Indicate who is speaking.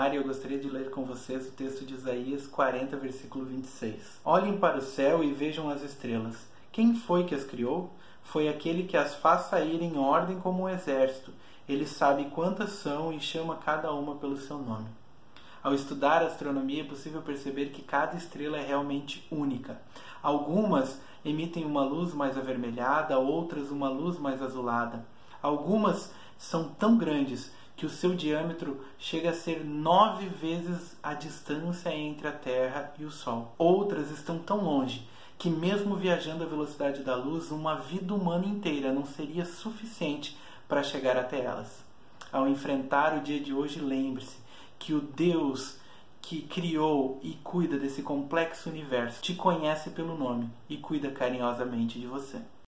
Speaker 1: terminar, eu gostaria de ler com vocês o texto de Isaías 40, versículo 26. Olhem para o céu e vejam as estrelas. Quem foi que as criou? Foi aquele que as faz sair em ordem como um exército. Ele sabe quantas são e chama cada uma pelo seu nome. Ao estudar a astronomia é possível perceber que cada estrela é realmente única. Algumas emitem uma luz mais avermelhada, outras uma luz mais azulada. Algumas são tão grandes que o seu diâmetro chega a ser 9 vezes a distância entre a Terra e o Sol. Outras estão tão longe que mesmo viajando à velocidade da luz, uma vida humana inteira não seria suficiente para chegar até elas. Ao enfrentar o dia de hoje, lembre-se que o Deus que criou e cuida desse complexo universo te conhece pelo nome e cuida carinhosamente de você.